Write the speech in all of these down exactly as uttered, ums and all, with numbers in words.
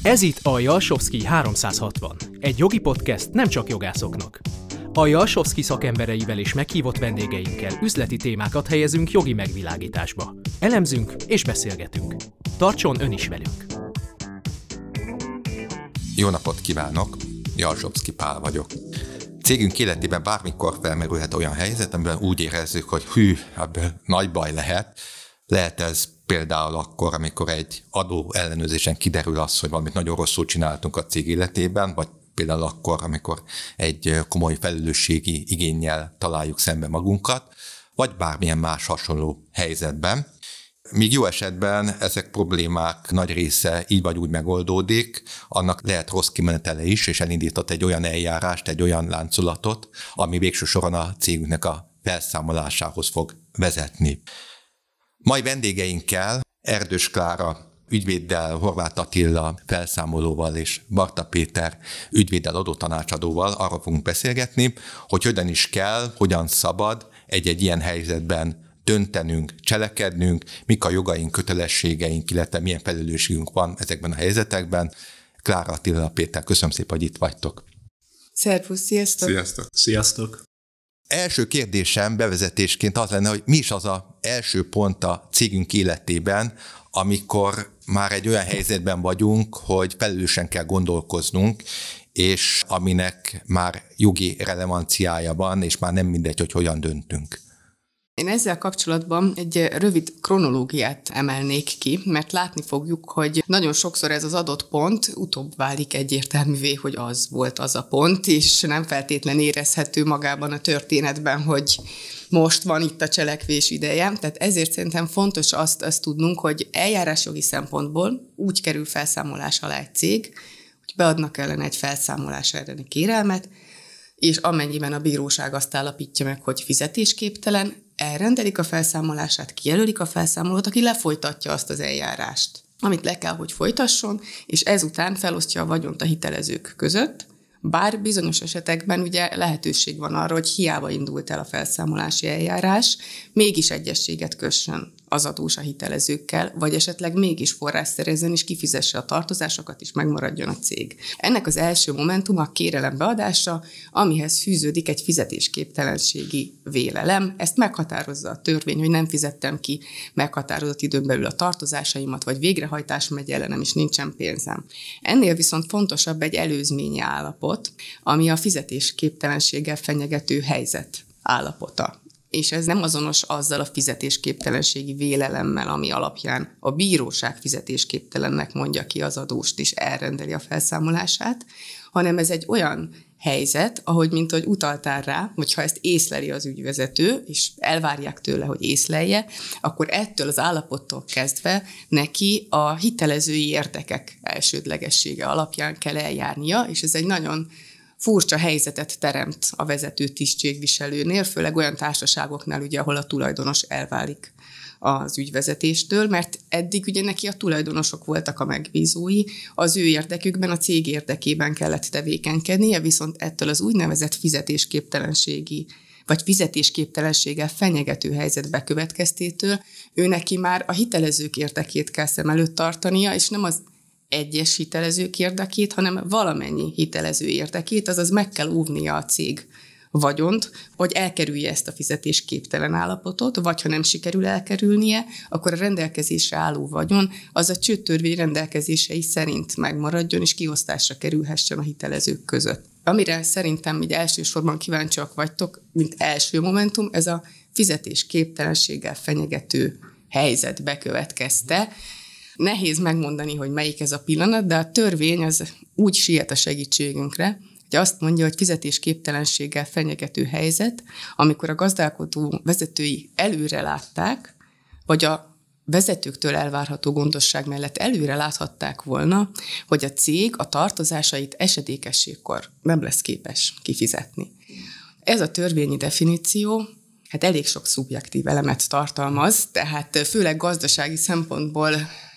Ez itt a Jalsovszky háromszázhatvan, egy jogi podcast nem csak jogászoknak. A Jalsovszky szakembereivel és meghívott vendégeinkkel üzleti témákat helyezünk jogi megvilágításba. Elemzünk és beszélgetünk. Tartson ön is velünk! Jó napot kívánok! Jalsovszky Pál vagyok. Cégünk életében bármikor felmerülhet olyan helyzet, amiben úgy érezzük, hogy hű, ebből nagy baj lehet. Lehet ez például akkor, amikor egy adó ellenőrzésen kiderül az, hogy valamit nagyon rosszul csináltunk a cég életében, vagy például akkor, amikor egy komoly felelősségi igénnyel találjuk szembe magunkat, vagy bármilyen más hasonló helyzetben. Míg jó esetben ezek problémák nagy része így vagy úgy megoldódik, annak lehet rossz kimenetele is, és elindított egy olyan eljárást, egy olyan láncolatot, ami végső soron a cégünknek a felszámolásához fog vezetni. Mai vendégeinkkel, Erdős Klára ügyvéddel, Horváth Attila felszámolóval és Barta Péter ügyvéddel, adótanácsadóval arról fogunk beszélgetni, hogy hogyan is kell, hogyan szabad egy-egy ilyen helyzetben döntenünk, cselekednünk, mik a jogaink, kötelességeink, illetve milyen felelősségünk van ezekben a helyzetekben. Klára, Attila, Péter, köszönöm szépen, hogy itt vagytok. Szervusz, sziasztok! Sziasztok! Sziasztok! Első kérdésem bevezetésként az lenne, hogy mi is az az első pont a cégünk életében, amikor már egy olyan helyzetben vagyunk, hogy felelősen kell gondolkoznunk, és aminek már jogi relevanciája van, és már nem mindegy, hogy hogyan döntünk. Én ezzel kapcsolatban egy rövid kronológiát emelnék ki, mert látni fogjuk, hogy nagyon sokszor ez az adott pont utóbb válik egyértelművé, hogy az volt az a pont, és nem feltétlen érezhető magában a történetben, hogy most van itt a cselekvés ideje. Tehát ezért szerintem fontos azt, azt tudnunk, hogy eljárásjogi szempontból úgy kerül felszámolás alá egy cég, hogy beadnak ellene egy felszámolás elleni kérelmet, és amennyiben a bíróság azt állapítja meg, hogy fizetésképtelen, elrendelik a felszámolását, kijelölik a felszámolót, aki lefolytatja azt az eljárást, amit le kell, hogy folytasson, és ezután felosztja a vagyont a hitelezők között, bár bizonyos esetekben ugye lehetőség van arra, hogy hiába indult el a felszámolási eljárás, mégis egyezséget kössön az adós a hitelezőkkel, vagy esetleg mégis forrás szerezzen és kifizesse a tartozásokat, és megmaradjon a cég. Ennek az első momentum a kérelem beadása, amihez fűződik egy fizetésképtelenségi vélelem. Ezt meghatározza a törvény, hogy nem fizettem ki meghatározott időn belül a tartozásaimat, vagy végrehajtás megy ellenem, és nincsen pénzem. Ennél viszont fontosabb egy előzményi állapot, ami a fizetésképtelenséggel fenyegető helyzet állapota. És ez nem azonos azzal a fizetésképtelenségi vélelemmel, ami alapján a bíróság fizetésképtelennek mondja ki az adóst és elrendeli a felszámolását, hanem ez egy olyan helyzet, ahogy mint hogy utaltál rá, hogyha ezt észleli az ügyvezető, és elvárják tőle, hogy észlelje, akkor ettől az állapottól kezdve neki a hitelezői érdekek elsődlegessége alapján kell eljárnia, és ez egy nagyon furcsa helyzetet teremt a vezető tisztségviselőnél, főleg olyan társaságoknál, ugye, ahol a tulajdonos elválik az ügyvezetéstől, mert eddig ugye neki a tulajdonosok voltak a megbízói, az ő érdekükben, a cég érdekében kellett tevékenykednie, viszont ettől az úgynevezett fizetésképtelenségi vagy fizetésképtelenséggel fenyegető helyzet bekövetkeztétől ő neki már a hitelezők érdekét kell szem előtt tartania, és nem az egyes hitelezők érdekét, hanem valamennyi hitelező érdekét, azaz meg kell óvnia a cég vagyont, hogy elkerülje ezt a fizetésképtelen állapotot, vagy ha nem sikerül elkerülnie, akkor a rendelkezésre álló vagyon az a csőtörvény rendelkezései szerint megmaradjon, és kiosztásra kerülhessen a hitelezők között. Amire szerintem így elsősorban kíváncsiak vagytok, mint első momentum, ez a fizetésképtelenséggel fenyegető helyzet bekövetkezte. Nehéz megmondani, hogy melyik ez a pillanat, de a törvény az úgy siet a segítségünkre, hogy azt mondja, hogy fizetésképtelenséggel fenyegető helyzet, amikor a gazdálkodó vezetői előre látták, vagy a vezetőktől elvárható gondosság mellett előre láthatták volna, hogy a cég a tartozásait esedékességkor nem lesz képes kifizetni. Ez a törvényi definíció hát elég sok szubjektív elemet tartalmaz, tehát főleg gazdasági szempontból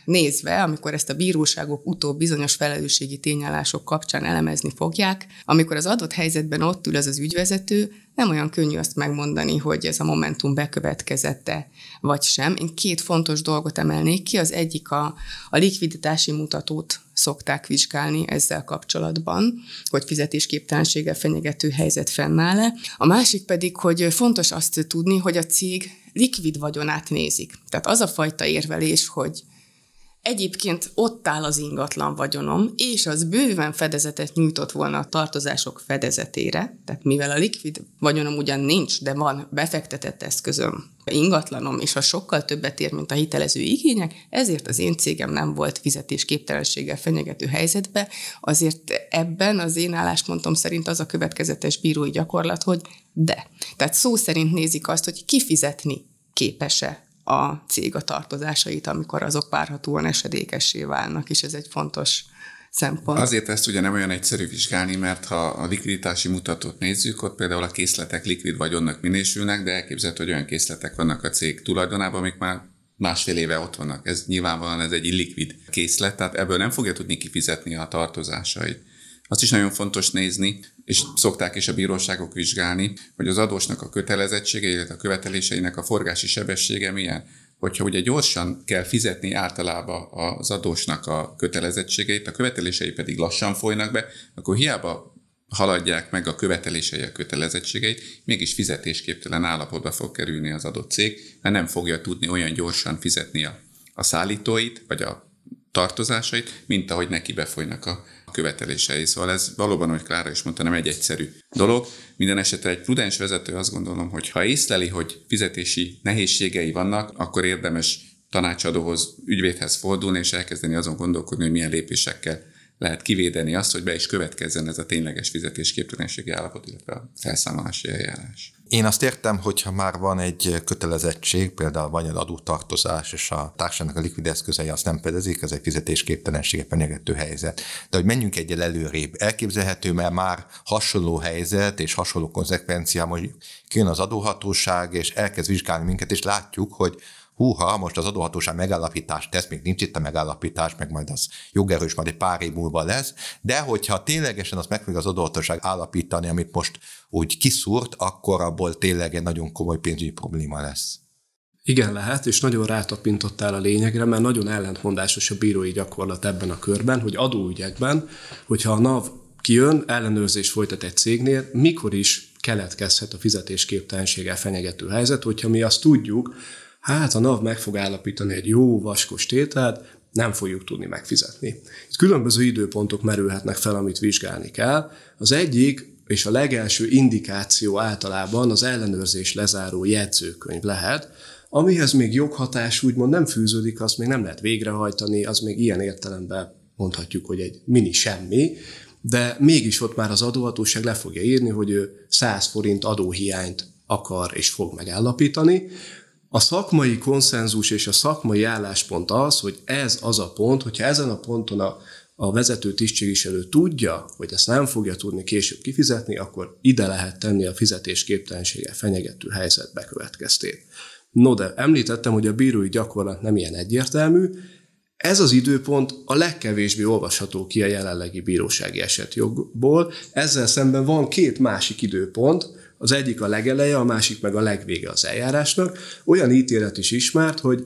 nézve, amikor ezt a bíróságok utóbb bizonyos felelősségi tényállások kapcsán elemezni fogják, amikor az adott helyzetben ott ül az az ügyvezető, nem olyan könnyű azt megmondani, hogy ez a momentum bekövetkezette, vagy sem. Én két fontos dolgot emelnék ki, az egyik a, a likviditási mutatót szokták vizsgálni ezzel kapcsolatban, hogy fizetésképtelenséggel fenyegető helyzet fennáll-e. A másik pedig, hogy fontos azt tudni, hogy a cég likvid vagyonát nézik. Tehát az a fajta érvelés, hogy egyébként ott áll az ingatlan vagyonom, és az bőven fedezetet nyújtott volna a tartozások fedezetére, tehát mivel a likvid vagyonom ugyan nincs, de van befektetett eszközöm, ingatlanom, és az sokkal többet ér, mint a hitelező igények, ezért az én cégem nem volt fizetésképtelenséggel fenyegető helyzetbe, azért ebben az én álláspontom szerint az a következetes bírói gyakorlat, hogy de. Tehát szó szerint nézik azt, hogy kifizetni képes-e a cég a tartozásait, amikor azok várhatóan esedékessé válnak, és ez egy fontos szempont. Azért ezt ugye nem olyan egyszerű vizsgálni, mert ha a likviditási mutatót nézzük, ott például a készletek likvid vagyonnak minősülnek, de elképzelhető, hogy olyan készletek vannak a cég tulajdonában, amik már másfél éve ott vannak. Ez nyilvánvalóan ez egy illikvid készlet, tehát ebből nem fogja tudni kifizetni a tartozásait. Azt is nagyon fontos nézni, és szokták is a bíróságok vizsgálni, hogy az adósnak a kötelezettsége, illetve a követeléseinek a forgási sebessége milyen. Hogyha ugye gyorsan kell fizetni általában az adósnak a kötelezettségeit, a követelései pedig lassan folynak be, akkor hiába haladják meg a követelései a kötelezettségeit, mégis fizetésképtelen állapotba fog kerülni az adott cég, mert nem fogja tudni olyan gyorsan fizetni a, a szállítóit, vagy a tartozásait, mint ahogy neki befolynak a követelései. Szóval ez valóban, ahogy Klára is mondta, nem egy egyszerű dolog. Minden esetre egy prudens vezető azt gondolom, hogy ha észleli, hogy fizetési nehézségei vannak, akkor érdemes tanácsadóhoz, ügyvédhez fordulni, és elkezdeni azon gondolkodni, hogy milyen lépésekkel lehet kivédeni azt, hogy be is következzen ez a tényleges fizetésképtelenségi állapot, illetve a felszámolási eljárás. Én azt értem, hogyha már van egy kötelezettség, például vagy az adótartozás, és a társaságnak a likvid eszközei azt nem fedezik, ez egy fizetésképtelensége fenyegető helyzet. De hogy menjünk egyel előrébb, elképzelhető, mert már hasonló helyzet és hasonló konzekvencia, hogy kijön az adóhatóság, és elkezd vizsgálni minket, és látjuk, hogy húha, most az adóhatóság megállapítást tesz, még nincs itt a megállapítás, meg majd az jogerős majd egy pár év múlva lesz, de hogyha ténylegesen azt meg fogja az adóhatóság állapítani, amit most úgy kiszúrt, akkor abból tényleg egy nagyon komoly pénzügyi probléma lesz. Igen, lehet, és nagyon rátapintottál a lényegre, mert nagyon ellentmondásos a bírói gyakorlat ebben a körben, hogy adóügyekben, hogyha a NAV kijön, ellenőrzés folytat egy cégnél, mikor is keletkezhet a fizetésképtelenséggel fenyegető helyzet, hogyha mi azt tudjuk, hát a NAV meg fog állapítani egy jó vaskos tételt, nem fogjuk tudni megfizetni. Itt különböző időpontok merülhetnek fel, amit vizsgálni kell. Az egyik és a legelső indikáció általában az ellenőrzés lezáró jegyzőkönyv lehet, amihez még joghatás úgymond nem fűződik, azt még nem lehet végrehajtani, az még ilyen értelemben mondhatjuk, hogy egy mini semmi, de mégis ott már az adóhatóság le fogja írni, hogy ő száz forint adóhiányt akar és fog megállapítani. A szakmai konszenzus és a szakmai álláspont az, hogy ez az a pont, hogyha ezen a ponton a, a vezető tisztségviselő tudja, hogy ezt nem fogja tudni később kifizetni, akkor ide lehet tenni a fizetésképtelenséggel fenyegető helyzet bekövetkeztét. No, de említettem, hogy a bírói gyakorlat nem ilyen egyértelmű. Ez az időpont a legkevésbé olvasható ki a jelenlegi bírósági esetjogból. Ezzel szemben van két másik időpont, az egyik a legeleje, a másik meg a legvége az eljárásnak. Olyan ítélet is ismert, hogy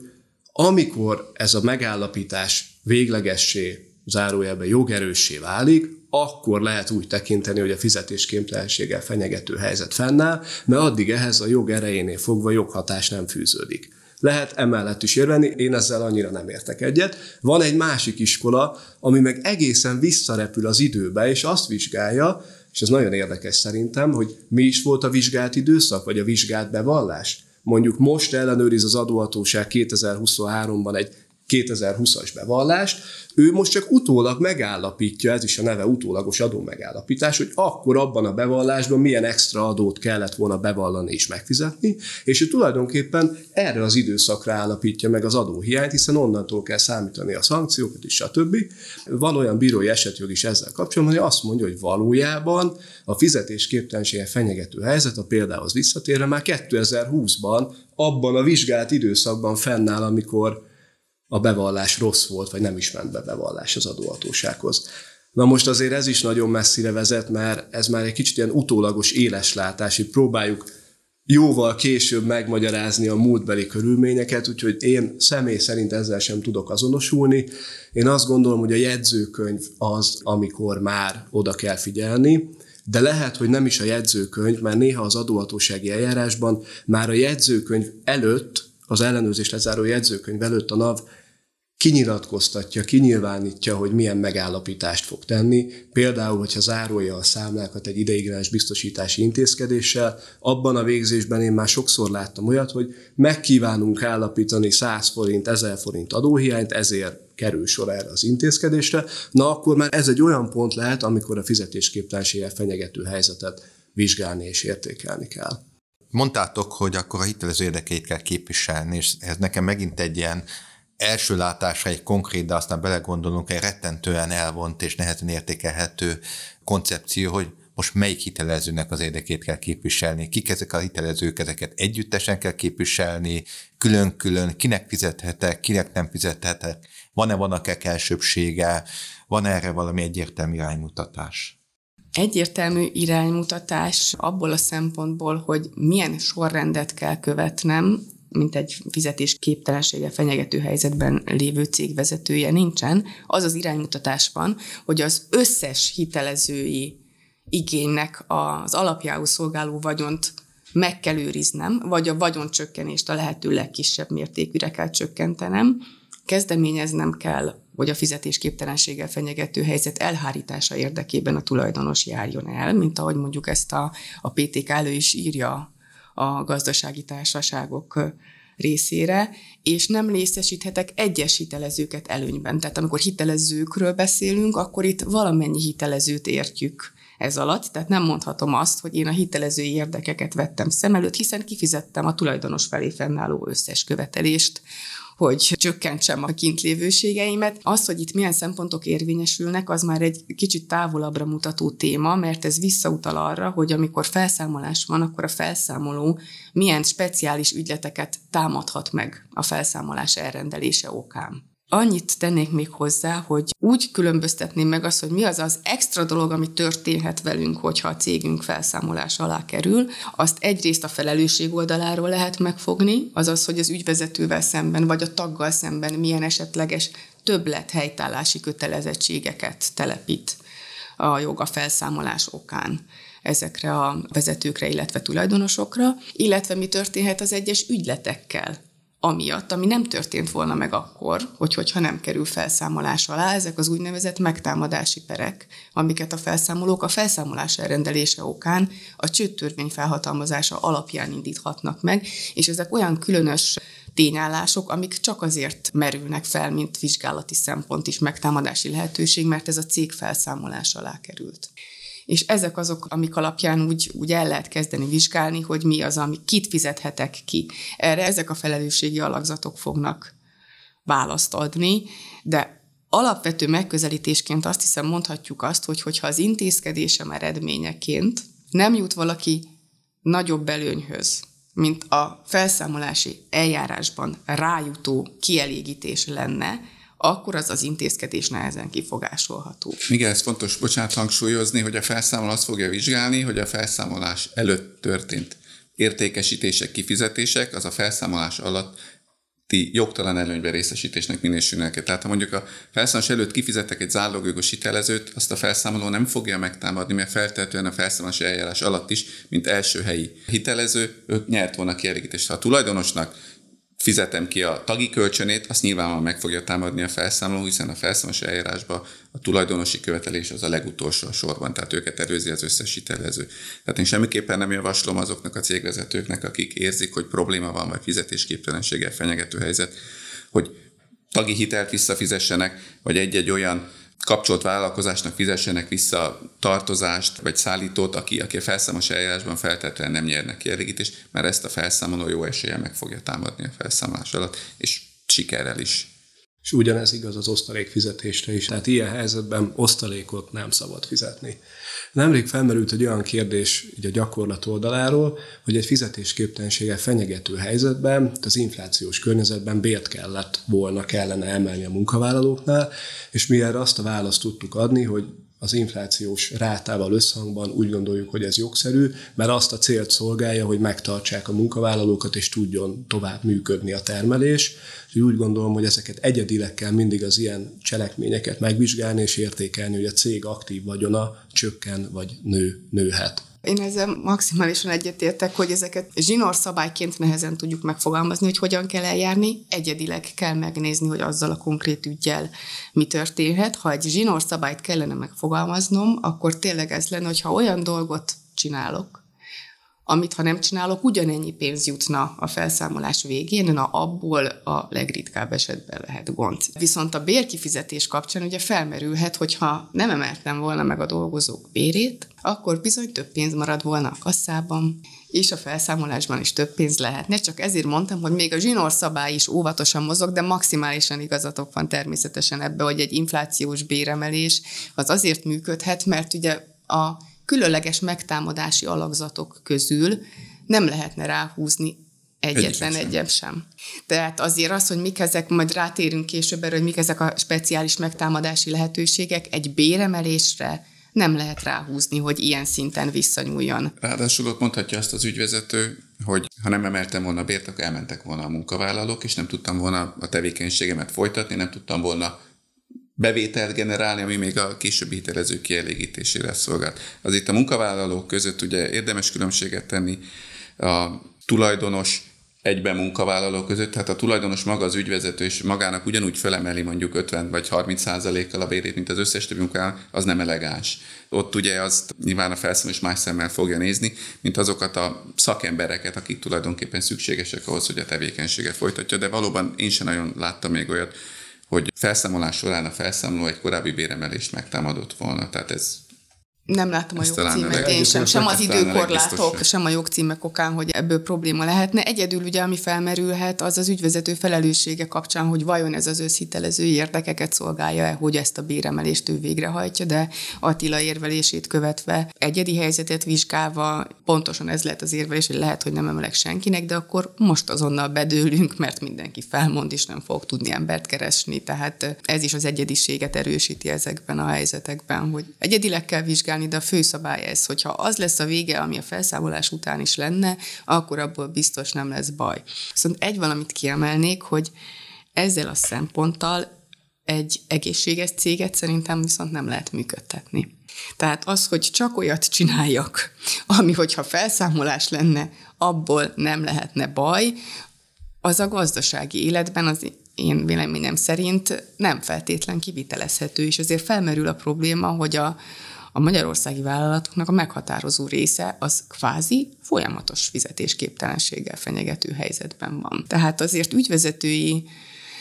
amikor ez a megállapítás véglegessé, zárójelben jogerőssé válik, akkor lehet úgy tekinteni, hogy a fizetésképtelenséggel fenyegető helyzet fennáll, mert addig ehhez a jog erejénél fogva joghatás nem fűződik. Lehet emellett is érvelni, én ezzel annyira nem értek egyet. Van egy másik iskola, ami meg egészen visszarepül az időbe, és azt vizsgálja, és ez nagyon érdekes szerintem, hogy mi is volt a vizsgált időszak, vagy a vizsgált bevallás. Mondjuk most ellenőriz az adóhatóság kétezer-huszonháromban egy kétezer-húszas bevallást, ő most csak utólag megállapítja, ez is a neve utólagos adó megállapítás, hogy akkor abban a bevallásban milyen extra adót kellett volna bevallani és megfizetni, és ő tulajdonképpen erre az időszakra állapítja meg az adóhiányt, hiszen onnantól kell számítani a szankciókat és stb. Van olyan bírói esetjog is ezzel kapcsolatban, hogy azt mondja, hogy valójában a fizetésképtelenséggel fenyegető helyzet, a példához visszatérve már kétezer-húszban abban a vizsgált időszakban fennáll, amikor a bevallás rossz volt, vagy nem is ment be bevallás az adóhatósághoz. Na most azért ez is nagyon messzire vezet, mert ez már egy kicsit ilyen utólagos éleslátás, hogy próbáljuk jóval később megmagyarázni a múltbeli körülményeket, úgyhogy én személy szerint ezzel sem tudok azonosulni. Én azt gondolom, hogy a jegyzőkönyv az, amikor már oda kell figyelni, de lehet, hogy nem is a jegyzőkönyv, mert néha az adóhatósági eljárásban már a jegyzőkönyv előtt, az ellenőrzés lezáró jegyzőkönyv előtt a NAV kinyilatkoztatja, kinyilvánítja, hogy milyen megállapítást fog tenni. Például, hogyha zárolja a számlákat egy ideiglenes biztosítási intézkedéssel, abban a végzésben én már sokszor láttam olyat, hogy megkívánunk állapítani száz forint, ezer forint adóhiányt, ezért kerül sor erre az intézkedésre. Na akkor már ez egy olyan pont lehet, amikor a fizetésképtelenséggel fenyegető helyzetet vizsgálni és értékelni kell. Mondtátok, hogy akkor a hitelező érdekeit kell képviselni, és ez nekem megint egy ilyen első látásra egy konkrét, de aztán belegondolunk, egy rettentően elvont és nehezen értékelhető koncepció, hogy most melyik hitelezőnek az érdekét kell képviselni, kik ezek a hitelezők, ezeket együttesen kell képviselni, külön-külön, kinek fizethetek, kinek nem fizethetek, van-e vannak-e elsőbbsége, van erre valami egyértelmű iránymutatás? Egyértelmű iránymutatás abból a szempontból, hogy milyen sorrendet kell követnem, mint egy fizetésképtelenséggel fenyegető helyzetben lévő cég vezetője nincsen, az az iránymutatás van, hogy az összes hitelezői igénynek az alapjául szolgáló vagyont meg kell őriznem, vagy a vagyoncsökkenést a lehető legkisebb mértékűre kell csökkentenem, kezdeményeznem kell, hogy a fizetésképtelenséggel fenyegető helyzet elhárítása érdekében a tulajdonos járjon el, mint ahogy mondjuk ezt a, a pé té ká elő is írja a gazdasági társaságok részére, és nem részesíthetek egyes hitelezőket előnyben. Tehát amikor hitelezőkről beszélünk, akkor itt valamennyi hitelezőt értjük ez alatt, tehát nem mondhatom azt, hogy én a hitelezői érdekeket vettem szem előtt, hiszen kifizettem a tulajdonos felé fennálló összes követelést, hogy csökkentsem a kintlévőségeimet. Az, hogy itt milyen szempontok érvényesülnek, az már egy kicsit távolabbra mutató téma, mert ez visszautal arra, hogy amikor felszámolás van, akkor a felszámoló milyen speciális ügyleteket támadhat meg a felszámolás elrendelése okán. Annyit tennék még hozzá, hogy úgy különböztetném meg azt, hogy mi az az extra dolog, ami történhet velünk, hogyha a cégünk felszámolás alá kerül. Azt egyrészt a felelősség oldaláról lehet megfogni, azaz, hogy az ügyvezetővel szemben, vagy a taggal szemben milyen esetleges többlet helytállási kötelezettségeket telepít a jog a felszámolás okán ezekre a vezetőkre, illetve tulajdonosokra, illetve mi történhet az egyes ügyletekkel, amiatt, ami nem történt volna meg akkor, hogy hogyha nem kerül felszámolás alá, ezek az úgynevezett megtámadási perek, amiket a felszámolók a felszámolás elrendelése okán a csőtörvény felhatalmazása alapján indíthatnak meg, és ezek olyan különös tényállások, amik csak azért merülnek fel, mint vizsgálati szempont is, megtámadási lehetőség, mert ez a cég felszámolás alá került. És ezek azok, amik alapján úgy, úgy el lehet kezdeni vizsgálni, hogy mi az, ami kit fizethetek ki. Erre ezek a felelősségi alakzatok fognak választ adni, de alapvető megközelítésként azt hiszem mondhatjuk azt, hogy hogyha az intézkedésem eredményeként nem jut valaki nagyobb előnyhöz, mint a felszámolási eljárásban rájutó kielégítés lenne, akkor az az intézkedés nehezen kifogásolható. Igen, ez fontos, bocsánat, hangsúlyozni, hogy a felszámoló azt fogja vizsgálni, hogy a felszámolás előtt történt értékesítések, kifizetések, az a felszámolás alatti jogtalan előnyben részesítésnek minősülnek. Tehát ha mondjuk a felszámolás előtt kifizettek egy zálogjogos hitelezőt, azt a felszámoló nem fogja megtámadni, mert feltehetően a felszámolási eljárás alatt is, mint első helyi hitelező, ő nyert volna kielégítést. Ha a tulajdonosnak fizetem ki a tagi kölcsönét, azt nyilvánvalóan meg fogja támadni a felszámoló, hiszen a felszámolási eljárásban a tulajdonosi követelés az a legutolsó a sorban, tehát őket előzi az összes hitelező. Tehát én semmiképpen nem javaslom azoknak a cégvezetőknek, akik érzik, hogy probléma van, vagy fizetésképtelenséggel fenyegető helyzet, hogy tagi hitelt visszafizessenek, vagy egy-egy olyan kapcsolt vállalkozásnak fizessenek vissza tartozást, vagy szállítót, aki, aki a felszámolási eljárásban feltétlenül nem nyernek kielégítést, mert ezt a felszámoló jó eséllyel meg fogja támadni a felszámolás alatt, és sikerrel is. És ugyanez igaz az osztalékfizetésre is. Tehát ilyen helyzetben osztalékot nem szabad fizetni. Nemrég felmerült egy olyan kérdés így a gyakorlat oldaláról, hogy egy fizetésképtelenséggel fenyegető helyzetben, az inflációs környezetben bért kellett volna, kellene emelni a munkavállalóknál, és mi erre azt a választ tudtuk adni, hogy az inflációs rátával összhangban úgy gondoljuk, hogy ez jogszerű, mert azt a célt szolgálja, hogy megtartsák a munkavállalókat, és tudjon tovább működni a termelés. Úgyhogy úgy gondolom, hogy ezeket egyedileg kell mindig az ilyen cselekményeket megvizsgálni és értékelni, hogy a cég aktív vagyona csökken vagy nő, nőhet. Én ezzel maximálisan egyetértek, hogy ezeket zsinórszabályként nehezen tudjuk megfogalmazni, hogy hogyan kell eljárni. Egyedileg kell megnézni, hogy azzal a konkrét üggyel mi történhet. Ha egy zsinórszabályt kellene megfogalmaznom, akkor tényleg ez lenne, hogyha olyan dolgot csinálok, amit ha nem csinálok, ugyanennyi pénz jutna a felszámolás végén, na abból a legritkább esetben lehet gond. Viszont a bérkifizetés kapcsán ugye felmerülhet, hogyha nem emeltem volna meg a dolgozók bérét, akkor bizony több pénz marad volna a kasszában, és a felszámolásban is több pénz lehetne. Csak ezért mondtam, hogy még a zsinórszabály is óvatosan mozog, de maximálisan igazatok van természetesen ebbe, hogy egy inflációs béremelés az azért működhet, mert ugye a különleges megtámadási alakzatok közül nem lehetne ráhúzni egyetlen egyet sem. Tehát azért az, hogy mik ezek, majd rátérünk később erre, hogy mik ezek a speciális megtámadási lehetőségek, egy béremelésre nem lehet ráhúzni, hogy ilyen szinten visszanyúljon. Ráadásul ott mondhatja azt az ügyvezető, hogy ha nem emeltem volna bért, akkor elmentek volna a munkavállalók, és nem tudtam volna a tevékenységemet folytatni, nem tudtam volna bevételt generálni, ami még a későbbi hitelezők kielégítésére szolgált. Az itt a munkavállalók között ugye érdemes különbséget tenni a tulajdonos egyben munkavállaló között, tehát a tulajdonos maga az ügyvezető, és magának ugyanúgy felemeli mondjuk ötven vagy harminc százalékkal a bérét, mint az összes többi munkavállaló, az nem elegáns. Ott ugye azt nyilván a felszámolás más szemmel fogja nézni, mint azokat a szakembereket, akik tulajdonképpen szükségesek ahhoz, hogy a tevékenységet folytatja, de valóban én sem nagyon láttam még olyat, hogy felszámolás során a felszámoló egy korábbi béremelést megtámadott volna. Tehát ez nem láttam a jogcímet én sem, sem az időkorlátok, sem a jogcímek okán, hogy ebből probléma lehetne. Egyedül ugye, ami felmerülhet, az az ügyvezető felelőssége kapcsán, hogy vajon ez az összhitelezői érdekeket szolgálja-e, hogy ezt a béremelést ő végrehajtja, de Attila érvelését követve, egyedi helyzetet vizsgálva, pontosan ez lehet az érvelés, hogy lehet, hogy nem emelek senkinek, de akkor most azonnal bedőlünk, mert mindenki felmond, és nem fog tudni embert keresni. Tehát ez is az egyediséget erősíti ezekben a helyzetekben, hogy egyedileg kell vizsgálni, de a főszabály ez, hogyha az lesz a vége, ami a felszámolás után is lenne, akkor abból biztos nem lesz baj. Viszont egy valamit kiemelnék, hogy ezzel a szemponttal egy egészséges céget szerintem viszont nem lehet működtetni. Tehát az, hogy csak olyat csináljak, ami hogyha felszámolás lenne, abból nem lehetne baj, az a gazdasági életben az én véleményem szerint nem feltétlen kivitelezhető, és azért felmerül a probléma, hogy a A magyarországi vállalatoknak a meghatározó része az kvázi folyamatos fizetésképtelenséggel fenyegető helyzetben van. Tehát azért ügyvezetői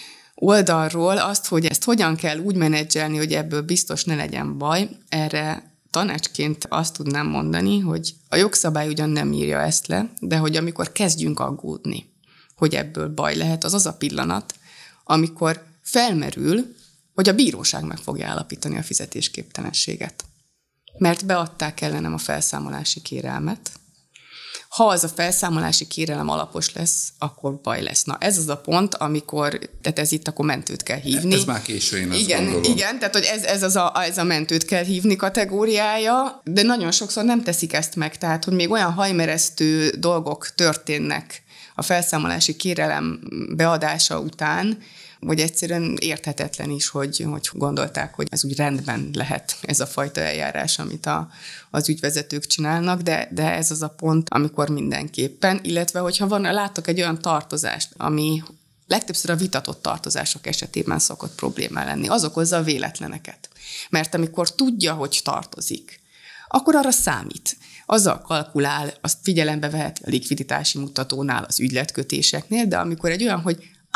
oldalról azt, hogy ezt hogyan kell úgy menedzselni, hogy ebből biztos ne legyen baj, erre tanácsként azt tudnám mondani, hogy a jogszabály ugyan nem írja ezt le, de hogy amikor kezdjünk aggódni, hogy ebből baj lehet, az az a pillanat, amikor felmerül, hogy a bíróság meg fogja állapítani a fizetésképtelenséget. Mert beadták ellenem a felszámolási kérelmet. Ha az a felszámolási kérelem alapos lesz, akkor baj lesz. Na ez az a pont, amikor, tehát ez itt akkor mentőt kell hívni. Ez már késő, én azt igen, gondolom. Igen, tehát hogy ez, ez, az a, ez a mentőt kell hívni kategóriája, de nagyon sokszor nem teszik ezt meg, tehát hogy még olyan hajmeresztő dolgok történnek a felszámolási kérelem beadása után, hogy egyszerűen érthetetlen is, hogy, hogy gondolták, hogy ez úgy rendben lehet ez a fajta eljárás, amit a, az ügyvezetők csinálnak, de, de ez az a pont, amikor mindenképpen, illetve hogyha van, láttok egy olyan tartozást, ami legtöbbször a vitatott tartozások esetében szokott problémá lenni, az okozza a véletleneket. Mert amikor tudja, hogy tartozik, akkor arra számít. Azzal kalkulál, azt figyelembe vehet a likviditási mutatónál, az ügyletkötéseknél, de amikor egy olyan, hogy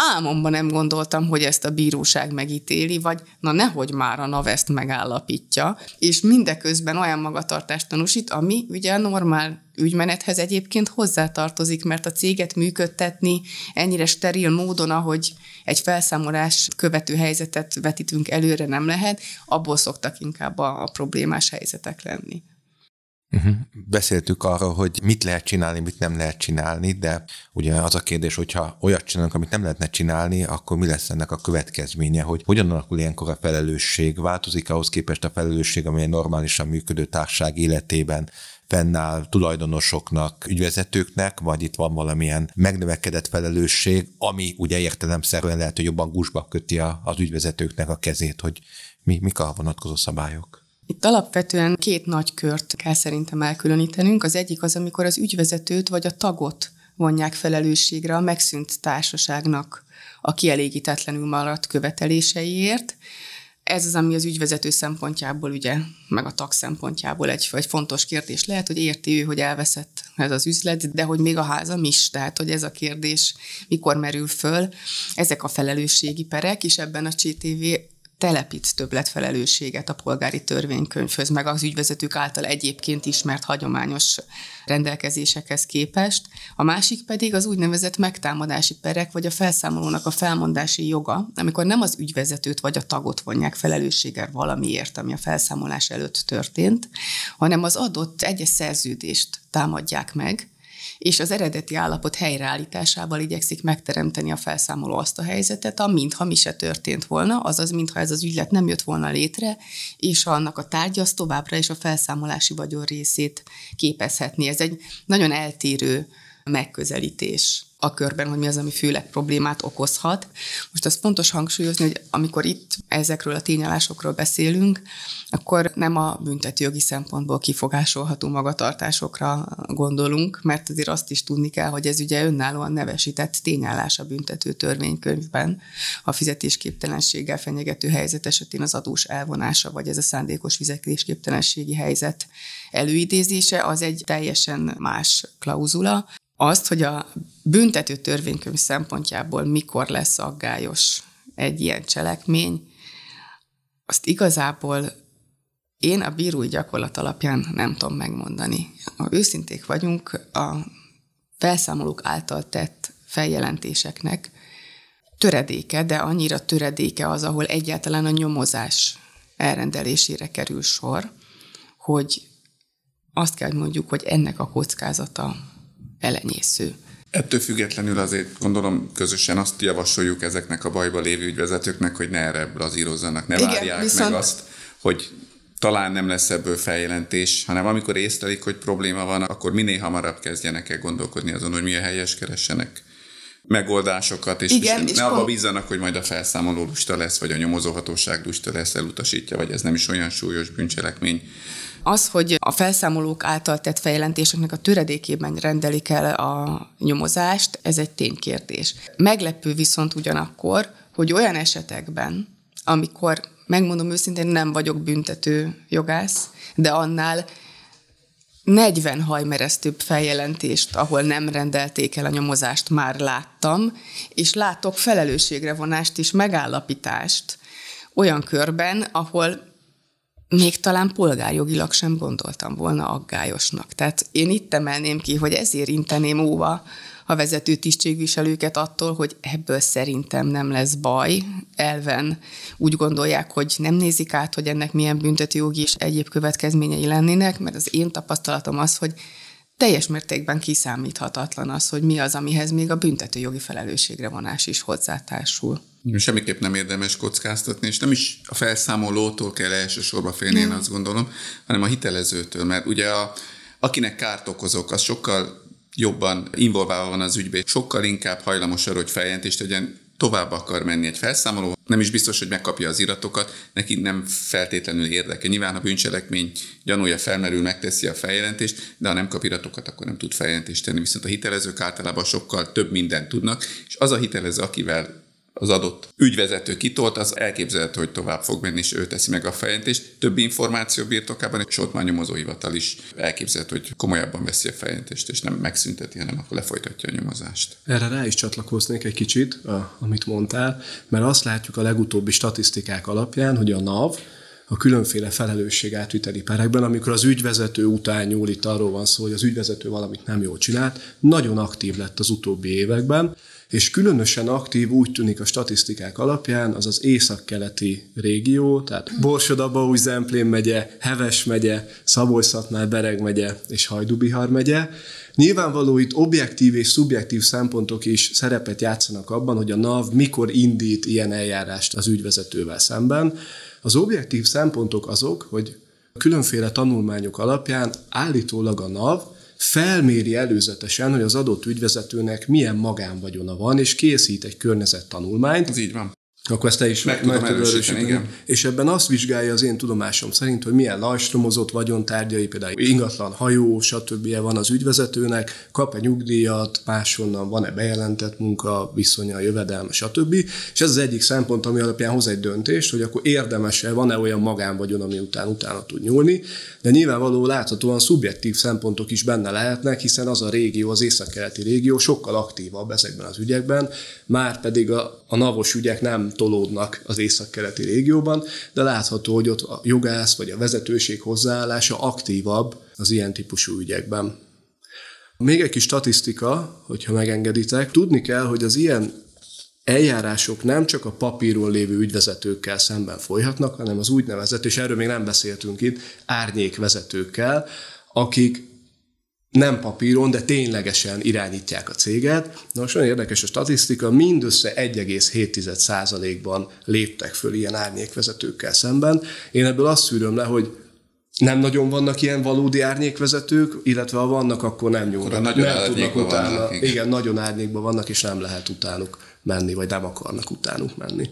álmomban nem gondoltam, hogy ezt a bíróság megítéli, vagy na nehogy már a NAV ezt megállapítja, és mindeközben olyan magatartást tanúsít, ami ugye a normál ügymenethez egyébként hozzátartozik, mert a céget működtetni ennyire steril módon, ahogy egy felszámolás követő helyzetet vetítünk előre, nem lehet, abból szoktak inkább a, a problémás helyzetek lenni. Uh-huh. Beszéltük arról, hogy mit lehet csinálni, mit nem lehet csinálni, de ugye az a kérdés, hogyha olyat csinálunk, amit nem lehetne csinálni, akkor mi lesz ennek a következménye, hogy hogyan alakul ilyenkor a felelősség, változik ahhoz képest a felelősség, amely normálisan működő társaság életében fennáll tulajdonosoknak, ügyvezetőknek, vagy itt van valamilyen megnövekedett felelősség, ami ugye értelemszerűen lehet, hogy jobban gúzsba köti a, az ügyvezetőknek a kezét, hogy mi, mik a vonatkozó szabályok. Itt alapvetően két nagy kört kell szerintem elkülönítenünk. Az egyik az, amikor az ügyvezetőt vagy a tagot vonják felelősségre a megszűnt társaságnak a kielégítetlenül maradt követeléseiért. Ez az, ami az ügyvezető szempontjából, ugye, meg a tag szempontjából egy, egy fontos kérdés lehet, hogy érti ő, hogy elveszett ez az üzlet, de hogy még a házam is, tehát hogy ez a kérdés mikor merül föl. Ezek a felelősségi perek, és ebben a cé té vé telepít többletfelelősséget a polgári törvénykönyvhöz, meg az ügyvezetők által egyébként ismert hagyományos rendelkezésekhez képest. A másik pedig az úgynevezett megtámadási perek, vagy a felszámolónak a felmondási joga, amikor nem az ügyvezetőt vagy a tagot vonják felelősséggel valamiért, ami a felszámolás előtt történt, hanem az adott egyes szerződést támadják meg, és az eredeti állapot helyreállításával igyekszik megteremteni a felszámoló azt a helyzetet, amintha mi se történt volna, azaz mintha ez az ügylet nem jött volna létre, és annak a tárgya az továbbra is a felszámolási vagyon részét képezhetni. Ez egy nagyon eltérő megközelítés a körben, hogy mi az, ami főleg problémát okozhat. Most az fontos hangsúlyozni, hogy amikor itt ezekről a tényállásokról beszélünk, akkor nem a büntetőjogi szempontból kifogásolható magatartásokra gondolunk, mert azért azt is tudni kell, hogy ez ugye önállóan nevesített tényállás a büntető törvénykönyvben. A fizetésképtelenséggel fenyegető helyzet esetén az adós elvonása, vagy ez a szándékos fizetésképtelenségi helyzet előidézése, az egy teljesen más klauzula. Azt, hogy a büntető törvénykönyv szempontjából mikor lesz aggályos egy ilyen cselekmény, azt igazából én a bírói gyakorlat alapján nem tudom megmondani. Ha őszinték vagyunk, a felszámolók által tett feljelentéseknek töredéke, de annyira töredéke az, ahol egyáltalán a nyomozás elrendelésére kerül sor, hogy azt kell, hogy mondjuk, hogy ennek a kockázata elenyésző. Ettől függetlenül azért gondolom közösen azt javasoljuk ezeknek a bajba lévő ügyvezetőknek, hogy ne erre blazírozzanak, ne igen, várják viszont... meg azt, hogy talán nem lesz ebből feljelentés, hanem amikor észlelik, hogy probléma van, akkor minél hamarabb kezdjenek el gondolkodni azon, hogy milyen helyes keressenek megoldásokat, és, igen, és ne abba bízzanak, hogy majd a felszámoló lusta lesz, vagy a nyomozóhatóság lusta lesz, elutasítja, vagy ez nem is olyan súlyos bűncselekmény. Az, hogy a felszámolók által tett feljelentéseknek a töredékében rendelik el a nyomozást, ez egy ténykérdés. Meglepő viszont ugyanakkor, hogy olyan esetekben, amikor, megmondom őszintén, nem vagyok büntető jogász, de annál negyven hajmeresztőbb feljelentést, ahol nem rendelték el a nyomozást, már láttam, és látok felelősségre vonást és megállapítást olyan körben, ahol még talán polgárjogilag sem gondoltam volna aggályosnak. Tehát én itt emelném ki, hogy ezért inteném óva a vezető tisztségviselőket attól, hogy ebből szerintem nem lesz baj. Elven úgy gondolják, hogy nem nézik át, hogy ennek milyen büntetőjogi és egyéb következményei lennének, mert az én tapasztalatom az, hogy teljes mértékben kiszámíthatatlan az, hogy mi az, amihez még a büntetőjogi felelősségre vonás is hozzátársul. Semmiképp nem érdemes kockáztatni, és nem is a felszámolótól kell elsősorban félni, én azt gondolom, hanem a hitelezőtől, mert ugye a, akinek kárt okozok, az sokkal jobban involválva van az ügybe, sokkal inkább hajlamos arra, hogy feljelentést tegyen, tovább akar menni egy felszámoló, nem is biztos, hogy megkapja az iratokat, neki nem feltétlenül érdeke. Nyilván a bűncselekmény gyanúja felmerül, megteszi a feljelentést, de ha nem kap iratokat, akkor nem tud feljelentést tenni. Viszont a hitelezők általában sokkal több mindent tudnak, és az a hitelező, akivel az adott ügyvezető kitolt, az elképzelhető, hogy tovább fog menni, és ő teszi meg a feljelentést. Többi információ birtokában, és ott már nyomozóhivatal is elképzelhető, hogy komolyabban veszi a feljelentést, és nem megszünteti, hanem akkor lefolytatja a nyomozást. Erre rá is csatlakoznék egy kicsit, a, amit mondtál, mert azt látjuk a legutóbbi statisztikák alapján, hogy a NAV a különféle felelősségátviteli perekben, amikor az ügyvezető után nyúl, itt arról van szó, hogy az ügyvezető valamit nem jól csinált, nagyon aktív lett az utóbbi években, és különösen aktív úgy tűnik a statisztikák alapján az az északkeleti régió, tehát Borsod-Abaúj-Zemplén megye, Heves megye, Szabolcs-Szatmár-Bereg megye és Hajdú-Bihar megye. Nyilvánvaló itt objektív és szubjektív szempontok is szerepet játszanak abban, hogy a NAV mikor indít ilyen eljárást az ügyvezetővel szemben. Az objektív szempontok azok, hogy különféle tanulmányok alapján állítólag a NAV felméri előzetesen, hogy az adott ügyvezetőnek milyen magánvagyona van, és készít egy környezettanulmányt. Ez így van. Akkor ezt te is meg, meg tudom erősíteni, igen. És ebben azt vizsgálja az én tudomásom szerint, hogy milyen lajstromozott vagyontárgyai, például ingatlan, hajó, stb. Van az ügyvezetőnek, kap-e nyugdíjat, máshonnan van-e bejelentett munka, viszonya, jövedelme, stb. És ez az egyik szempont, ami alapján hoz egy döntést, hogy akkor érdemes-e, van-e olyan magánvagyon, ami után utána tud nyúlni, de nyilvánvaló láthatóan szubjektív szempontok is benne lehetnek, hiszen az a régió, az északkeleti régió sokkal aktívabb ezekben az ügyekben, már pedig a, a navos ügyek nem tolódnak az északkeleti régióban, de látható, hogy ott a jogász vagy a vezetőség hozzáállása aktívabb az ilyen típusú ügyekben. Még egy kis statisztika, hogyha megengeditek. Tudni kell, hogy az ilyen eljárások nem csak a papíron lévő ügyvezetőkkel szemben folyhatnak, hanem az úgynevezett, és erről még nem beszéltünk itt, árnyékvezetőkkel, akik nem papíron, de ténylegesen irányítják a céget. Na most olyan érdekes a statisztika, mindössze egy egész hét százalékban léptek föl ilyen árnyékvezetőkkel szemben. Én ebből azt szűröm le, hogy nem nagyon vannak ilyen valódi árnyékvezetők, illetve ha vannak, akkor nem nyúlnak. Nagyon nem tudnak utána. Vannak, igen. igen, nagyon árnyékban vannak, és nem lehet utánuk menni, vagy nem akarnak utánuk menni.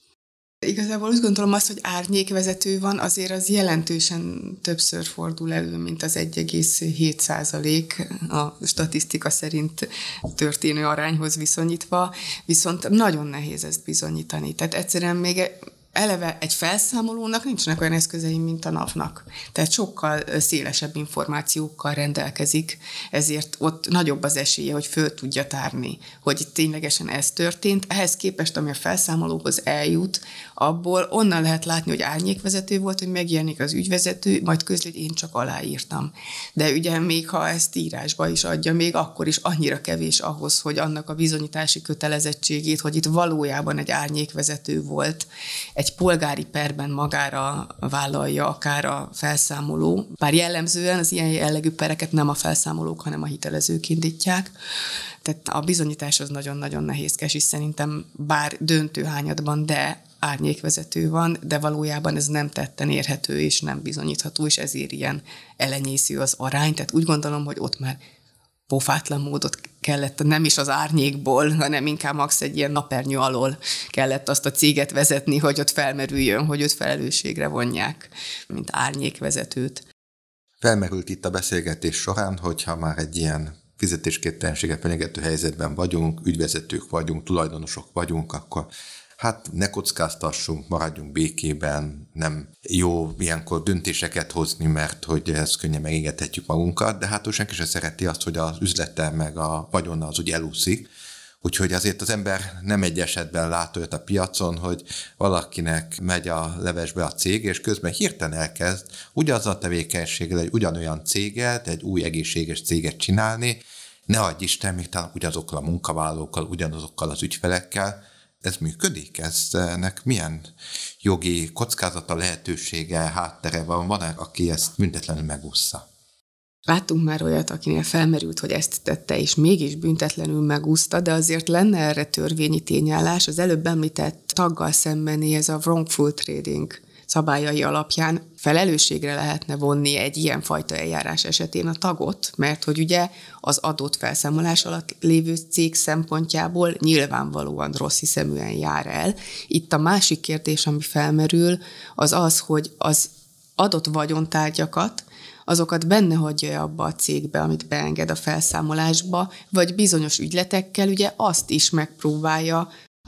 Igazából úgy gondolom azt, hogy árnyékvezető van, azért az jelentősen többször fordul elő, mint az egy egész hét százalék a statisztika szerint történő arányhoz viszonyítva, viszont nagyon nehéz ezt bizonyítani. Tehát egyszerűen még eleve egy felszámolónak nincsenek olyan eszközei, mint a NAV-nak. Tehát sokkal szélesebb információkkal rendelkezik, ezért ott nagyobb az esélye, hogy föl tudja tárni, hogy itt ténylegesen ez történt. Ehhez képest, ami a felszámolóhoz eljut, abból onnan lehet látni, hogy árnyékvezető volt, hogy megjelenik az ügyvezető, majd közli, hogy én csak aláírtam. De ugye még ha ezt írásba is adja, még akkor is annyira kevés ahhoz, hogy annak a bizonyítási kötelezettségét, hogy itt valójában egy árnyékvezető volt, egy polgári perben magára vállalja akár a felszámoló. Bár jellemzően az ilyen jellegű pereket nem a felszámolók, hanem a hitelezők indítják. Tehát a bizonyítás az nagyon-nagyon nehézkes, és szerintem bár döntő hányadban, de árnyékvezető van, de valójában ez nem tetten érhető, és nem bizonyítható, és ezért ilyen elenyésző az arány. Tehát úgy gondolom, hogy ott már pofátlan módot kellett, nem is az árnyékból, hanem inkább max egy ilyen napernyő alól kellett azt a céget vezetni, hogy ott felmerüljön, hogy őt felelősségre vonják, mint árnyékvezetőt. Felmerült itt a beszélgetés során, hogyha már egy ilyen fizetésképtelenséget fenyegető helyzetben vagyunk, ügyvezetők vagyunk, tulajdonosok vagyunk, akkor hát ne kockáztassunk, maradjunk békében, nem jó ilyenkor döntéseket hozni, mert hogy ez könnyen megégethetjük magunkat, de hát úgy senki sem szereti azt, hogy az üzlete meg a vagyona az úgy elúszik. Úgyhogy azért az ember nem egy esetben lát olyat a piacon, hogy valakinek megy a levesbe a cég, és közben hirtelen elkezd ugyanazzal a tevékenységgel egy ugyanolyan céget, egy új egészséges céget csinálni, ne adj Isten, még talán ugyanazokkal a munkavállalókkal, ugyanazokkal az ügyfelekkel. Ez működik? Eznek milyen jogi kockázata, lehetősége, háttere van? Van-e, aki ezt büntetlenül megúszza? Láttunk már olyat, akinél felmerült, hogy ezt tette, és mégis büntetlenül megúszta, de azért lenne erre törvényi tényállás. Az előbb említett taggal szembeni ez a wrongful trading szabályai alapján felelősségre lehetne vonni egy ilyenfajta eljárás esetén a tagot, mert hogy ugye az adott felszámolás alatt lévő cég szempontjából nyilvánvalóan rossz hiszeműen jár el. Itt a másik kérdés, ami felmerül, az az, hogy az adott vagyontárgyakat, azokat benne hagyja abba a cégbe, amit beenged a felszámolásba, vagy bizonyos ügyletekkel ugye azt is megpróbálja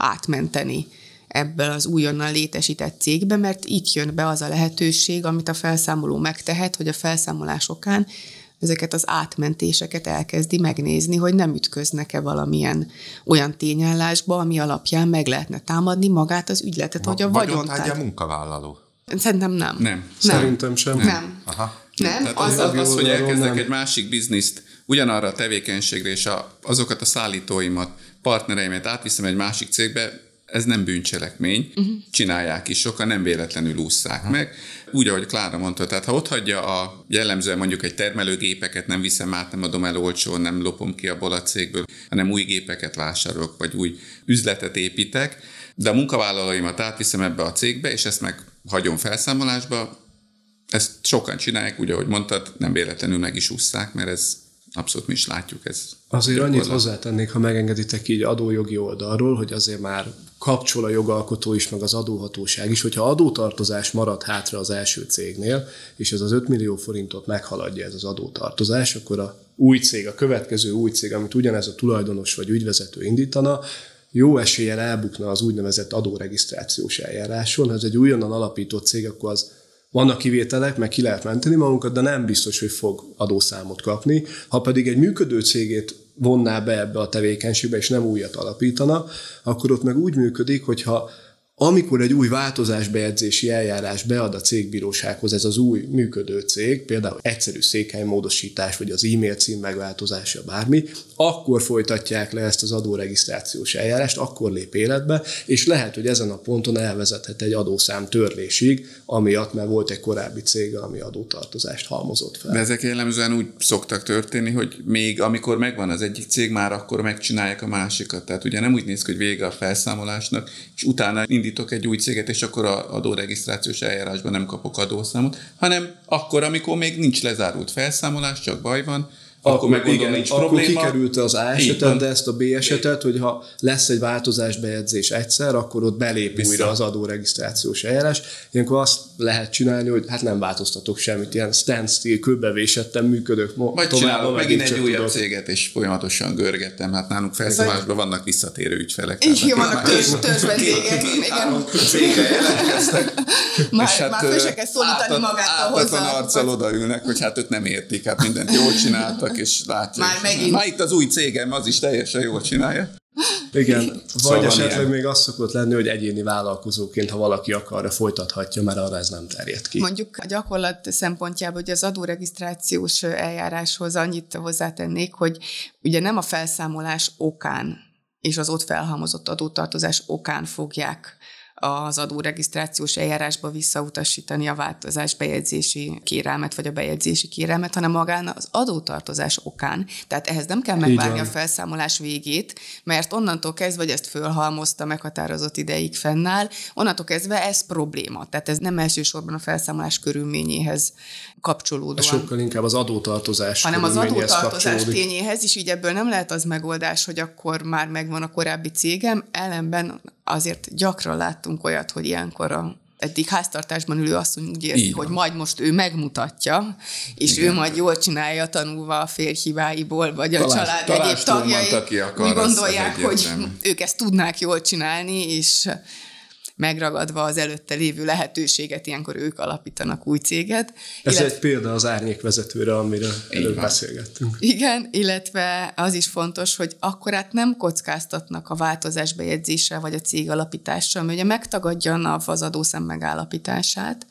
átmenteni ebből az újonnan létesített cégbe, mert itt jön be az a lehetőség, amit a felszámoló megtehet, hogy a felszámolás okán ezeket az átmentéseket elkezdi megnézni, hogy nem ütköznek-e valamilyen olyan tényállásba, ami alapján meg lehetne támadni magát az ügyletet, hogy a vagyontárgya a munkavállaló. Szerintem nem. Nem. nem. Szerintem sem. Nem. nem. Aha. Nem, Tehát az, az, az, az hogy elkezdek nem. egy másik bizniszt ugyanarra a tevékenységre, és a, azokat a szállítóimat, partnereimet átviszem egy másik cégbe, ez nem bűncselekmény, uh-huh. csinálják is, sokan nem véletlenül ússzák uh-huh. meg. Úgy, ahogy Klára mondta, tehát ha ott hagyja a jellemzően mondjuk egy termelőgépeket, nem viszem át, nem adom el olcsón, nem lopom ki abból a cégből, hanem új gépeket vásárolok, vagy új üzletet építek, de a munkavállalóimat átviszem ebbe a cégbe, és ezt meg hagyom felszámolásba, ezt sokan csinálják, úgy, ahogy mondtad, nem véletlenül meg is ússzák, mert ez abszolút mi is látjuk. Ez azért annyit hozzátennék, ha megengeditek így adójogi oldalról, hogy azért már kapcsol a jogalkotó is, meg az adóhatóság is, hogyha adótartozás marad hátra az első cégnél, és ez az öt millió forintot meghaladja ez az adótartozás, akkor a új cég, a következő új cég, amit ugyanez a tulajdonos vagy ügyvezető indítana, jó eséllyel elbukna az úgynevezett adóregisztrációs eljáráson. Ha ez egy újonnan alapított cég, akkor az vannak kivételek, meg ki lehet menteni magunkat, de nem biztos, hogy fog adószámot kapni. Ha pedig egy működő cégét vonná be ebbe a tevékenységbe, és nem újat alapítana, akkor ott meg úgy működik, hogyha amikor egy új változásbejegyzési eljárás bead a cégbírósághoz ez az új működő cég, például egyszerű székhelymódosítás, vagy az e-mail cím megváltozása, bármi, akkor folytatják le ezt az adóregisztrációs eljárást, akkor lép életbe, és lehet, hogy ezen a ponton elvezethet egy adószám törlésig, amiatt, mert volt egy korábbi cég, ami adótartozást halmozott fel. De ezek jellemzően úgy szoktak történni, hogy még amikor megvan az egyik cég, már akkor megcsinálják a másikat. Tehát ugye nem úgy néz ki, hogy vége a felszámolásnak, és utána indítok egy új céget, és akkor az adóregisztrációs eljárásban nem kapok adószámot, hanem akkor, amikor még nincs lezárult felszámolás, csak baj van, akkor, akkor meg gondolom, nincs akkor probléma. Akkor kikerülte az A esetet, de ezt a B esetet, hogyha lesz egy változásbejegyzés egyszer, akkor ott belép Vissza. újra az adóregisztrációs eljárás. Ilyenkor azt lehet csinálni, hogy hát nem változtatok semmit, ilyen standstill, kőbevésetten működök. Vagy csinálok megint egy újabb tudok. céget, és folyamatosan görgetem. Hát nálunk felszámolásban vannak visszatérő ügyfelek. Igen, vannak törzsvendégek. Három cégre jelentkeztek. Már, hát, már föl se kell szólítani magától hozzá. Ártatlan arccal odaülnek, hogy hát ők nem értik, hát mindent jól csináltak, és látják. Már megint. Már itt az új cégem, az is teljesen jól csinálja. Igen, vagy szóval esetleg ilyen. még az szokott lenni, hogy egyéni vállalkozóként, ha valaki akarra, folytathatja, mert arra ez nem terjed ki. Mondjuk a gyakorlat szempontjából, hogy az adóregisztrációs eljáráshoz annyit hozzátennék, hogy ugye nem a felszámolás okán és az ott felhalmozott adótartozás okán fogják az adóregisztrációs eljárásba visszautasítani a változásbejegyzési kérelmet, vagy a bejegyzési kérelmet, hanem magán az adótartozás okán. Tehát ehhez nem kell megvárni a felszámolás végét, mert onnantól kezdve, hogy ezt fölhalmozta, meghatározott ideig fennáll, onnantól kezdve ez probléma. Tehát ez nem elsősorban a felszámolás körülményéhez kapcsolódóan. Sokkal inkább az adótartozás hanem az adótartozás tényéhez is, így ebből nem lehet az megoldás, hogy akkor már megvan a korábbi cégem, ellenben azért gyakran láttunk olyat, hogy ilyenkor a eddig háztartásban ülő asszony úgy érzi, hogy majd most ő megmutatja, és Igen. ő majd jól csinálja, tanulva a férj hibáiból, vagy a Talán, család egyéb tagjai úgy gondolják, az hogy ők ezt tudnák jól csinálni, és megragadva az előtte lévő lehetőséget, ilyenkor ők alapítanak új céget. Ez illetve, egy példa az árnyékvezetőre, amiről előbb beszélgettünk. Igen, illetve az is fontos, hogy akkor át nem kockáztatnak a változásbejegyzéssel vagy a cég alapítással, mert ugye megtagadja a NAV az adószám megállapítását,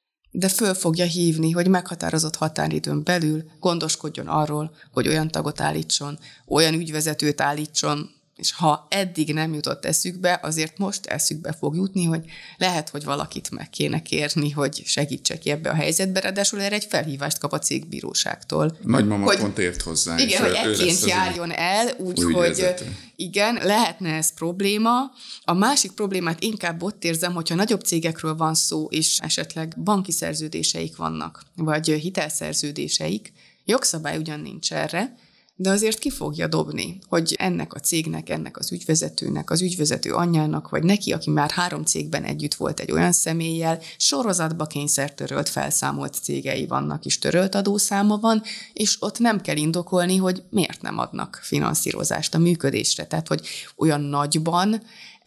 de föl fogja hívni, hogy meghatározott határidőn belül gondoskodjon arról, hogy olyan tagot állítson, olyan ügyvezetőt állítson, és ha eddig nem jutott eszükbe, azért most eszükbe fog jutni, hogy lehet, hogy valakit meg kéne kérni, hogy segítse ki ebbe a helyzetbe, ráadásul erre egy felhívást kap a cégbíróságtól. Nagymama hogy, pont ért hozzá. Igen, hogy ekként járjon el, úgyhogy igen, lehetne ez probléma. A másik problémát inkább ott érzem, hogyha nagyobb cégekről van szó, és esetleg banki szerződéseik vannak, vagy hitelszerződéseik, jogszabály ugyan nincs erre, de azért ki fogja dobni, hogy ennek a cégnek, ennek az ügyvezetőnek, az ügyvezető anyjának, vagy neki, aki már három cégben együtt volt egy olyan személlyel, sorozatba kényszertörölt felszámolt cégei vannak, és törölt adószáma van, és ott nem kell indokolni, hogy miért nem adnak finanszírozást a működésre. Tehát, hogy olyan nagyban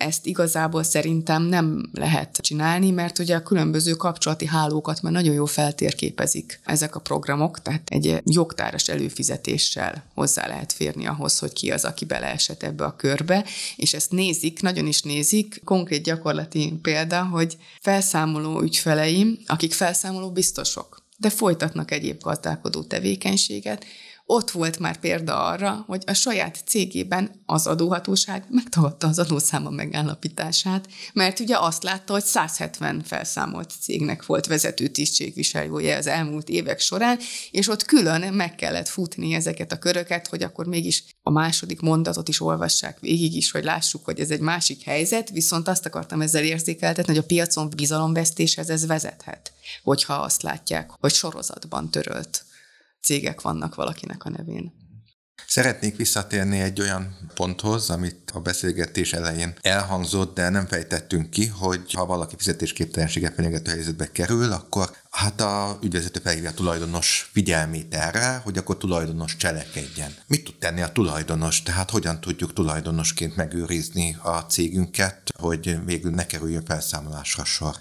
ezt igazából szerintem nem lehet csinálni, mert ugye a különböző kapcsolati hálókat már nagyon jól feltérképezik ezek a programok, tehát egy jogtáras előfizetéssel hozzá lehet férni ahhoz, hogy ki az, aki beleesett ebbe a körbe, és ezt nézik, nagyon is nézik. Konkrét gyakorlati példa, hogy felszámoló ügyfeleim, akik felszámoló biztosok, de folytatnak egyéb gazdálkodó tevékenységet. Ott volt már példa arra, hogy a saját cégében az adóhatóság megtagadta az adószáma megállapítását, mert ugye azt látta, hogy száz hetven felszámolt cégnek volt vezető tisztségviselője az elmúlt évek során, és ott külön meg kellett futni ezeket a köröket, hogy akkor mégis a második mondatot is olvassák végig is, hogy lássuk, hogy ez egy másik helyzet, viszont azt akartam ezzel érzékeltetni, hogy a piacon bizalomvesztéshez ez vezethet, hogyha azt látják, hogy sorozatban törölt cégek vannak valakinek a nevén. Szeretnék visszatérni egy olyan ponthoz, amit a beszélgetés elején elhangzott, de nem fejtettünk ki, hogy ha valaki fizetésképtelenséggel fenyegető helyzetbe kerül, akkor hát a ügyvezető felhívja a tulajdonos figyelmét erre, hogy akkor tulajdonos cselekedjen. Mit tud tenni a tulajdonos? Tehát hogyan tudjuk tulajdonosként megőrizni a cégünket, hogy végül ne kerüljön felszámolásra sor?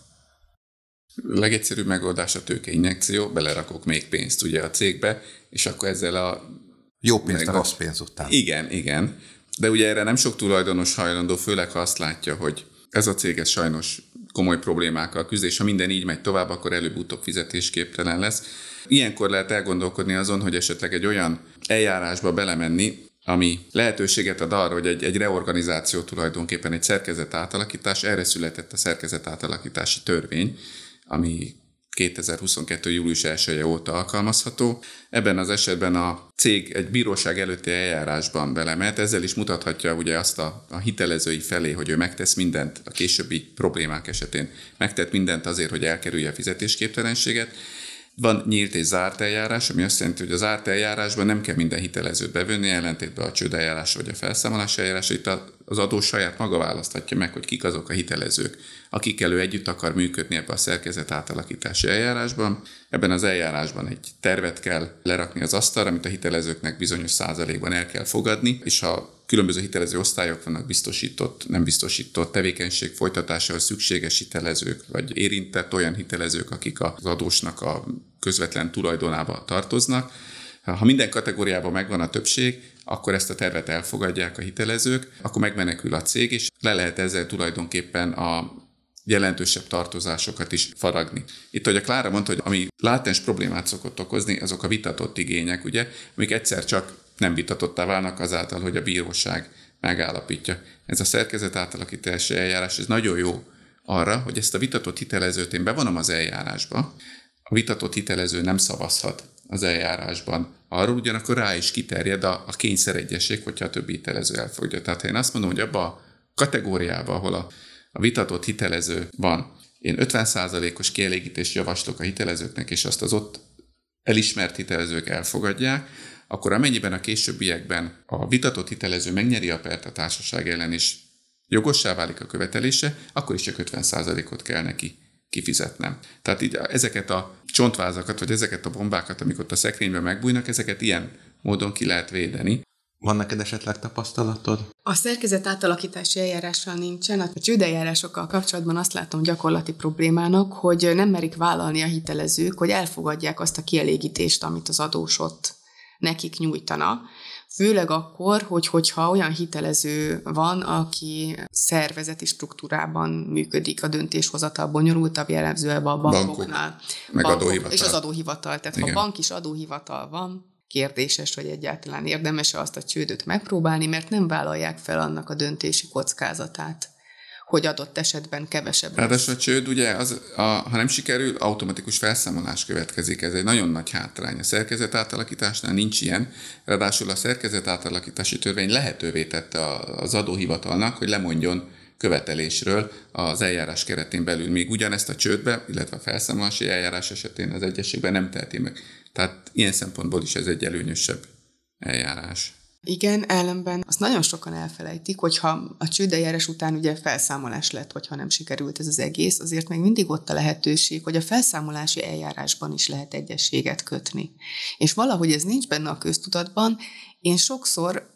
A legegyszerűbb megoldás a tőkeinjekció, belerakok még pénzt ugye a cégbe, és akkor ezzel a... Jó pénzt a rossz pénz után. Igen, igen. De ugye erre nem sok tulajdonos hajlandó, főleg ha azt látja, hogy ez a cég ez sajnos komoly problémákkal küzd, és ha minden így megy tovább, akkor előbb-utóbb fizetésképtelen lesz. Ilyenkor lehet elgondolkodni azon, hogy esetleg egy olyan eljárásba belemenni, ami lehetőséget ad arra, hogy egy, egy reorganizáció tulajdonképpen egy szerkezet átalakítás, erre született a szerkezet átalakítási törvény, ami kétezer-huszonkettő. július elseje óta alkalmazható. Ebben az esetben a cég egy bíróság előtti eljárásban belemehet, ezzel is mutathatja ugye azt a, a hitelezői felé, hogy ő megtesz mindent a későbbi problémák esetén. Megtett mindent azért, hogy elkerülje a fizetésképtelenséget. Van nyílt és zárt eljárás, ami azt jelenti, hogy az zárt eljárásban nem kell minden hitelezőt bevonni, ellentétben a csődeljárás vagy a felszámolási eljárás. Itt az adó saját maga választhatja meg, hogy kik azok a hitelezők, akikkel ő együtt akar működni ebbe a szerkezet átalakítási eljárásban. Ebben az eljárásban egy tervet kell lerakni az asztalra, amit a hitelezőknek bizonyos százalékban el kell fogadni, és ha különböző hitelező osztályok vannak, biztosított, nem biztosított tevékenység folytatásához szükséges hitelezők, vagy érintett olyan hitelezők, akik az adósnak a közvetlen tulajdonába tartoznak. Ha minden kategóriában megvan a többség, akkor ezt a tervet elfogadják a hitelezők, akkor megmenekül a cég, és le lehet ezzel tulajdonképpen a jelentősebb tartozásokat is faragni. Itt, hogy a Klára mondta, hogy ami látens problémát szokott okozni, azok a vitatott igények, ugye, amik egyszer csak nem vitatottá válnak azáltal, hogy a bíróság megállapítja. Ez a szerkezet átalakítási eljárás, ez nagyon jó arra, hogy ezt a vitatott hitelezőt én bevonom az eljárásba, a vitatott hitelező nem szavazhat az eljárásban. Arról ugyanakkor rá is kiterjed a, a kényszeregyesség, hogyha a többi hitelező elfogadja. Tehát ha én azt mondom, hogy abba a kategóriába, ahol a, a vitatott hitelező van, én ötven százalékos kielégítést javaslok a hitelezőknek, és azt az ott elismert hitelezők elfogadják, akkor amennyiben a későbbiekben a vitatott hitelező megnyeri a pert a társaság ellen, és jogossá válik a követelése, akkor is csak ötven százalékot kell neki kifizetnem. Tehát így ezeket a csontvázakat, vagy ezeket a bombákat, amik ott a szekrényben megbújnak, ezeket ilyen módon ki lehet védeni. Van neked esetleg tapasztalatod? A szerkezet átalakítási eljárással nincsen. A csődeljárásokkal kapcsolatban azt látom gyakorlati problémának, hogy nem merik vállalni a hitelezők, hogy elfogadják azt a kielégítést, amit az adós ott nekik nyújtana. Főleg akkor, hogy, hogyha olyan hitelező van, aki szervezeti struktúrában működik, a döntéshozatal bonyolultabb, jellemzően a bankoknál. Bankok, meg bankok, adóhivatal. És az adóhivatal. Tehát igen. Ha bank is adóhivatal van, kérdéses, hogy egyáltalán érdemes-e azt a csődöt megpróbálni, mert nem vállalják fel annak a döntési kockázatát, hogy adott esetben kevesebb. Ráadásul a csőd, ugye, az, a, ha nem sikerül, automatikus felszámolás következik. Ez egy nagyon nagy hátrány. A szerkezet átalakításnál nincs ilyen. Ráadásul a szerkezet átalakítási törvény lehetővé tette az adóhivatalnak, hogy lemondjon követelésről az eljárás keretén belül. Még ugyanezt a csődbe, illetve a felszámolási eljárás esetén az egyességben nem teheti meg. Tehát ilyen szempontból is ez egy előnyösebb eljárás. Igen, ellenben azt nagyon sokan elfelejtik, hogyha a csődeljárás után ugye felszámolás lett, vagy ha nem sikerült ez az egész, azért még mindig ott a lehetőség, hogy a felszámolási eljárásban is lehet egyességet kötni. És valahogy ez nincs benne a köztudatban, én sokszor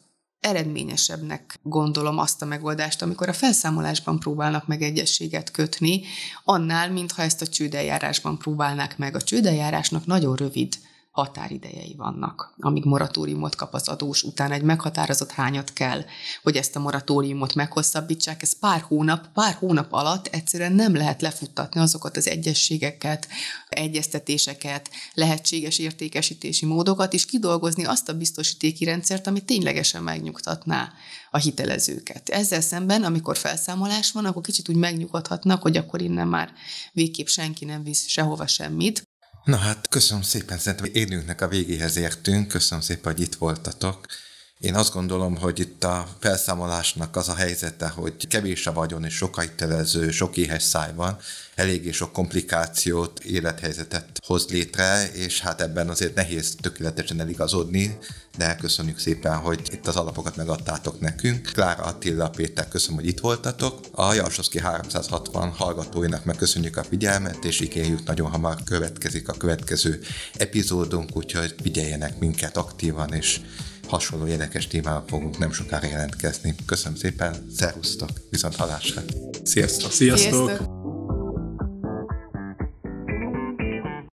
eredményesebbnek gondolom azt a megoldást, amikor a felszámolásban próbálnak meg egyezséget kötni, annál, mintha ezt a csődeljárásban próbálnák meg. A csődeljárásnak nagyon rövid határidejei vannak, amíg moratóriumot kap az adós, utána egy meghatározott hányat kell, hogy ezt a moratóriumot meghosszabbítsák. Ez pár hónap, pár hónap alatt egyszerűen nem lehet lefuttatni azokat az egyezségeket, egyeztetéseket, lehetséges értékesítési módokat, és kidolgozni azt a biztosítéki rendszert, ami ténylegesen megnyugtatná a hitelezőket. Ezzel szemben, amikor felszámolás van, akkor kicsit úgy megnyugodhatnak, hogy akkor innen már végképp senki nem visz sehova semmit. Na hát, köszönöm szépen, szerintem élőnknek a végéhez értünk, köszönöm szépen, hogy itt voltatok. Én azt gondolom, hogy itt a felszámolásnak az a helyzete, hogy kevés a vagyon és sok hitelező, sok éhes száj van, eléggé sok komplikációt, élethelyzetet hoz létre, és hát ebben azért nehéz tökéletesen eligazodni, de köszönjük szépen, hogy itt az alapokat megadtátok nekünk. Klára, Attila, Péter, köszönöm, hogy itt voltatok. A Jalsowski háromszázhatvan hallgatóinak meg köszönjük a figyelmet, és ígérjük, nagyon hamar következik a következő epizódunk, úgyhogy figyeljenek minket aktívan, és hasonló érdekes témával fogunk nem sokára jelentkezni. Köszönöm szépen, szervusztok, viszont hallásra! Sziasztok! Sziasztok! Sziasztok.